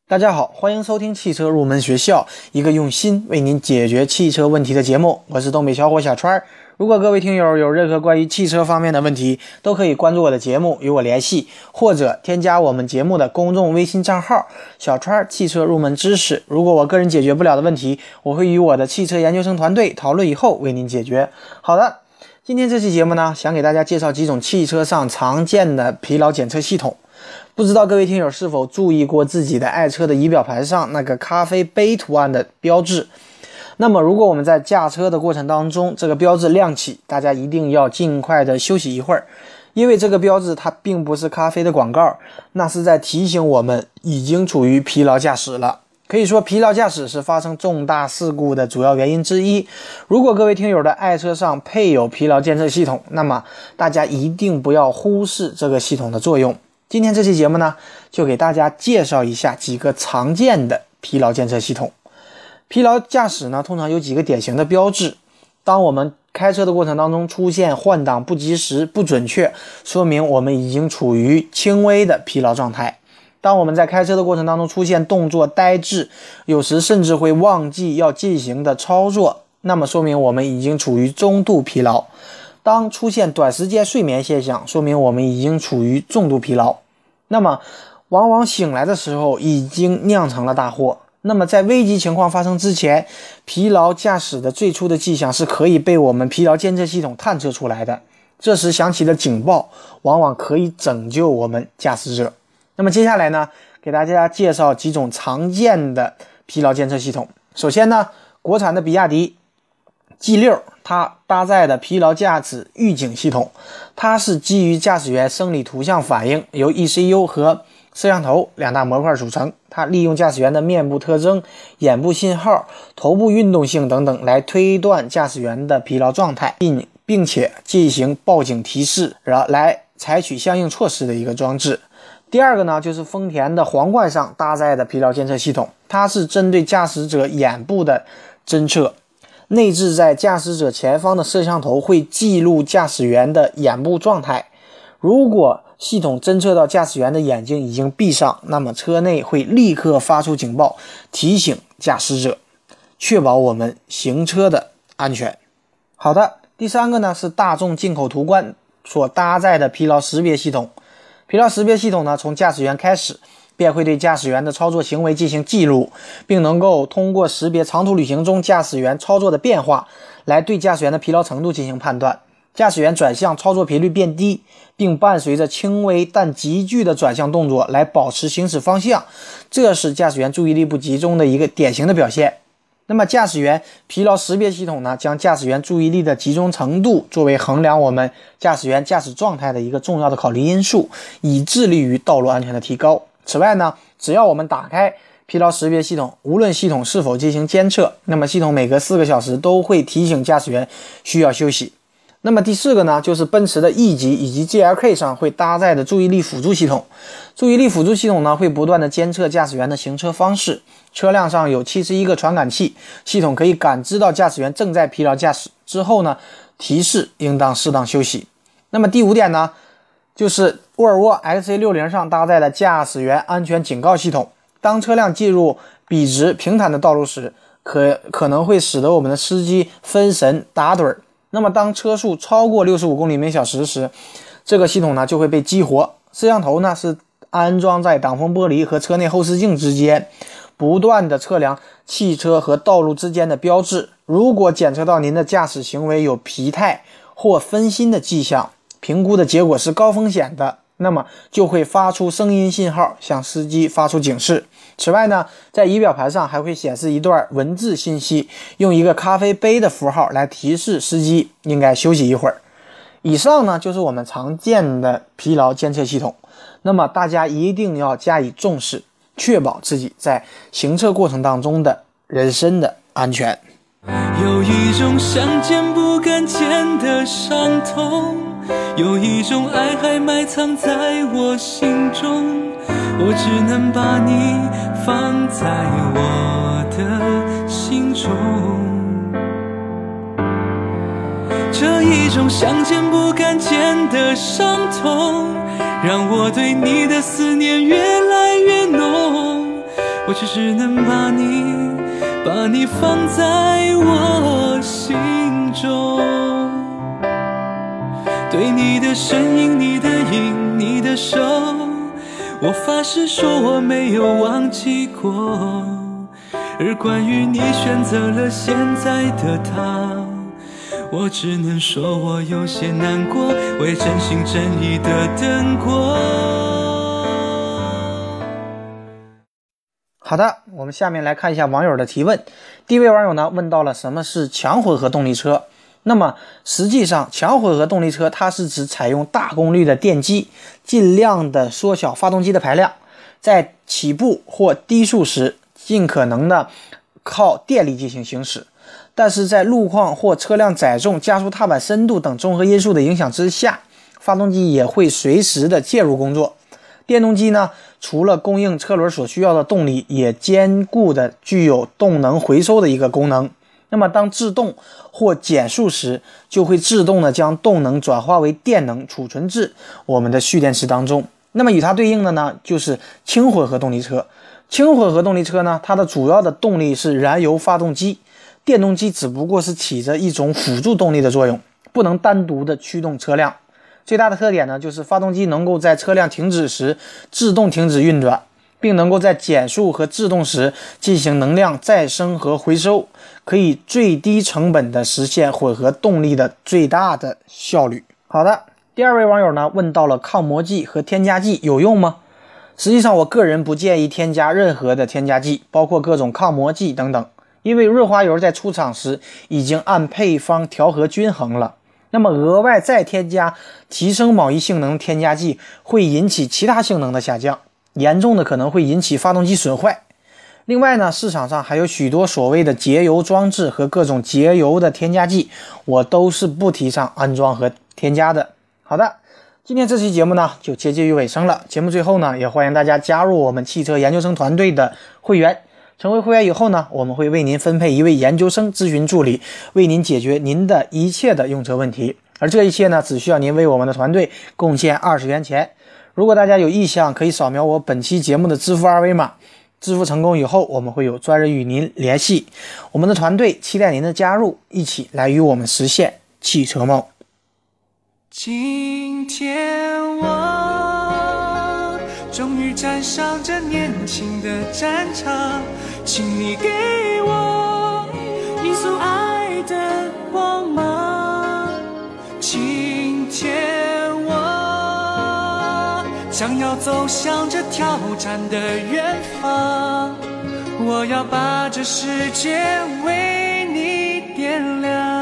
大家好，欢迎收听汽车入门学校，一个用心为您解决汽车问题的节目。我是东北小伙小川。如果各位听友有任何关于汽车方面的问题，都可以关注我的节目与我联系，或者添加我们节目的公众微信账号小川汽车入门知识。如果我个人解决不了的问题，我会与我的汽车研究生团队讨论以后为您解决。好的，今天这期节目呢，想给大家介绍几种汽车上常见的疲劳检测系统。不知道各位听友是否注意过自己的爱车的仪表盘上那个咖啡杯图案的标志？那么如果我们在驾车的过程当中，这个标志亮起，大家一定要尽快的休息一会儿，因为这个标志它并不是咖啡的广告，那是在提醒我们已经处于疲劳驾驶了。可以说疲劳驾驶是发生重大事故的主要原因之一。如果各位听友的爱车上配有疲劳监测系统，那么大家一定不要忽视这个系统的作用。今天这期节目呢，就给大家介绍一下几个常见的疲劳监测系统。疲劳驾驶呢，通常有几个典型的标志。当我们开车的过程当中出现换挡不及时、不准确，说明我们已经处于轻微的疲劳状态。当我们在开车的过程当中出现动作呆滞，有时甚至会忘记要进行的操作，那么说明我们已经处于中度疲劳。当出现短时间睡眠现象，说明我们已经处于重度疲劳。那么往往醒来的时候已经酿成了大祸。那么在危急情况发生之前，疲劳驾驶的最初的迹象是可以被我们疲劳监测系统探测出来的，这时响起的警报往往可以拯救我们驾驶者。那么接下来呢，给大家介绍几种常见的疲劳监测系统。首先呢，国产的比亚迪 G6 它搭载的疲劳驾驶预警系统，它是基于驾驶员生理图像反应，由 ECU 和摄像头两大模块组成。它利用驾驶员的面部特征、眼部信号、头部运动性等等来推断驾驶员的疲劳状态，并且进行报警提示，然后来采取相应措施的一个装置。第二个呢，就是丰田的皇冠上搭载的疲劳监测系统，它是针对驾驶者眼部的侦测，内置在驾驶者前方的摄像头会记录驾驶员的眼部状态。如果系统侦测到驾驶员的眼睛已经闭上，那么车内会立刻发出警报，提醒驾驶者，确保我们行车的安全。好的，第三个呢，是大众进口途观所搭载的疲劳识别系统。疲劳识别系统呢，从驾驶员开始便会对驾驶员的操作行为进行记录，并能够通过识别长途旅行中驾驶员操作的变化，来对驾驶员的疲劳程度进行判断。驾驶员转向操作频率变低，并伴随着轻微但急剧的转向动作来保持行驶方向，这是驾驶员注意力不集中的一个典型的表现。那么驾驶员疲劳识别系统呢，将驾驶员注意力的集中程度作为衡量我们驾驶员驾驶状态的一个重要的考虑因素，以致力于道路安全的提高。此外呢，只要我们打开疲劳识别系统，无论系统是否进行监测，那么系统每隔4个小时都会提醒驾驶员需要休息。那么第四个呢，就是奔驰的 E 级以及 GLK 上会搭载的注意力辅助系统。注意力辅助系统呢，会不断的监测驾驶员的行车方式。车辆上有71个传感器，系统可以感知到驾驶员正在疲劳驾驶之后呢，提示应当适当休息。那么第五点呢，就是沃尔沃 XC60 上搭载的驾驶员安全警告系统。当车辆进入笔直平坦的道路时，可能会使得我们的司机分神打盹。那么当车速超过65公里每小时时，这个系统呢就会被激活。摄像头呢是安装在挡风玻璃和车内后视镜之间，不断的测量汽车和道路之间的标志。如果检测到您的驾驶行为有疲态或分心的迹象，评估的结果是高风险的，那么就会发出声音信号向司机发出警示。此外呢，在仪表盘上还会显示一段文字信息，用一个咖啡杯的符号来提示司机应该休息一会儿。以上呢，就是我们常见的疲劳监测系统。那么大家一定要加以重视，确保自己在行车过程当中的人身的安全。 有一种想见不敢见的伤痛，有一种爱还埋藏在我心中，我只能把你放在我的心中。这一种想见不敢见的伤痛，让我对你的思念越来越浓。 我只能把你放在我心中。对你的身影，你的影，你的手，我发誓说我没有忘记过。而关于你选择了现在的他，我只能说我有些难过，为真心真意的等过。 好的，我们下面来看一下网友的提问。第一位网友呢问到了什么是强混合动力车。那么实际上强混合动力车它是指采用大功率的电机，尽量的缩小发动机的排量，在起步或低速时尽可能的靠电力进行行驶，但是在路况或车辆载重、加速踏板深度等综合因素的影响之下，发动机也会随时的介入工作。电动机呢，除了供应车轮所需要的动力，也兼顾的具有动能回收的一个功能。那么当制动或减速时，就会自动的将动能转化为电能，储存至我们的蓄电池当中。那么与它对应的呢，就是轻混合动力车。轻混合动力车呢，它的主要的动力是燃油发动机，电动机只不过是起着一种辅助动力的作用，不能单独的驱动车辆。最大的特点呢，就是发动机能够在车辆停止时自动停止运转，并能够在减速和制动时进行能量再生和回收，可以最低成本的实现混合动力的最大的效率。好的，第二位网友呢问到了抗磨剂和添加剂有用吗？实际上我个人不建议添加任何的添加剂，包括各种抗磨剂等等，因为润滑油在出厂时已经按配方调和均衡了，那么额外再添加提升某一性能添加剂会引起其他性能的下降，严重的可能会引起发动机损坏。另外呢，市场上还有许多所谓的节油装置和各种节油的添加剂，我都是不提倡安装和添加的。好的，今天这期节目呢就接近于尾声了。节目最后呢，也欢迎大家加入我们汽车研究生团队的会员。成为会员以后呢，我们会为您分配一位研究生咨询助理，为您解决您的一切的用车问题。而这一切呢，只需要您为我们的团队贡献20元钱。如果大家有意向，可以扫描我本期节目的支付二维码。支付成功以后，我们会有专人与您联系。我们的团队期待您的加入，一起来与我们实现汽车梦。 今天我终于站上这年轻的战场，请你给我一束爱的光芒。今天我将要走向这挑战的远方，我要把这世界为你点亮。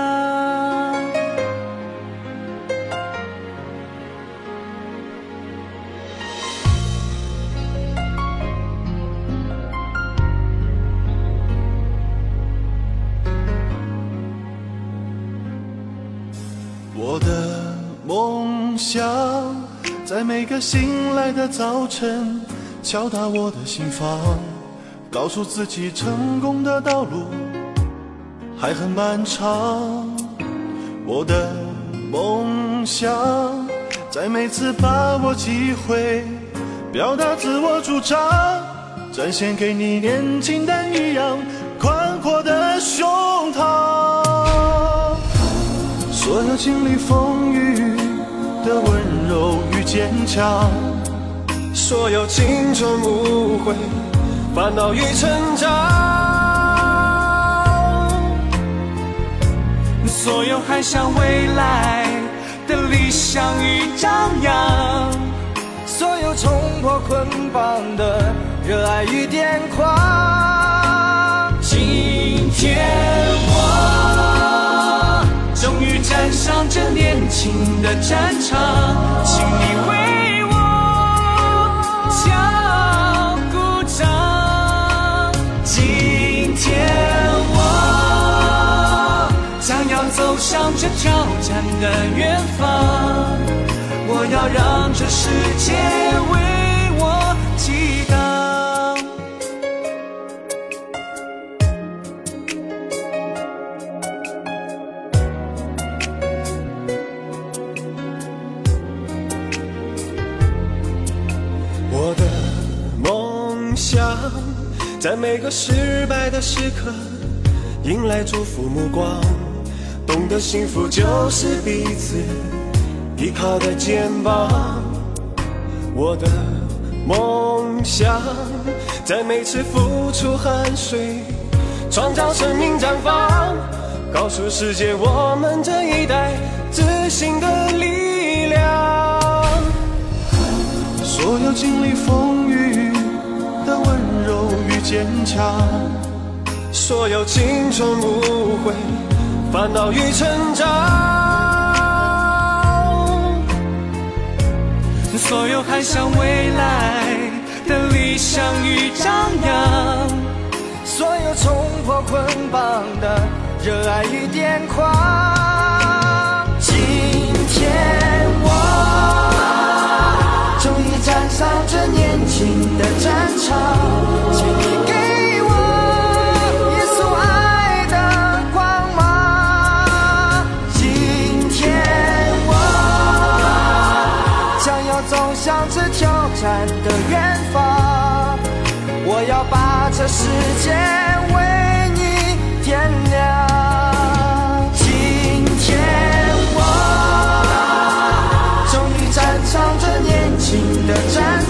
我的梦想在每个醒来的早晨敲打我的心房，告诉自己成功的道路还很漫长。我的梦想在每次把握机会表达自我主张，展现给你年轻但一样宽阔的胸膛。所有经历风雨的温柔与坚强，所有青春无悔烦恼与成长， 所有还向未来的理想与张扬， 所有冲破捆绑的热爱与癫狂。 今天我终于站上这年轻的战场，请你为我敲鼓掌。今天我将要走向这挑战的远方，我要让这世界为我激荡。 在每个失败的时刻迎来祝福目光，懂得幸福就是彼此依靠的肩膀。我的梦想在每次付出汗水创造生命绽放，告诉世界我们这一代自信的力量。所有经历风雨的温柔与坚强，所有青春无悔烦恼与成长， 所有迈向未来的理想与张扬， 所有冲破捆绑的热爱与癫狂。今天我终于站上这年轻的战场，请你给我耶稣爱的光芒。今天我将要走向这挑战的远方，我要把这世界为你点亮。今天我终于站上这年轻的战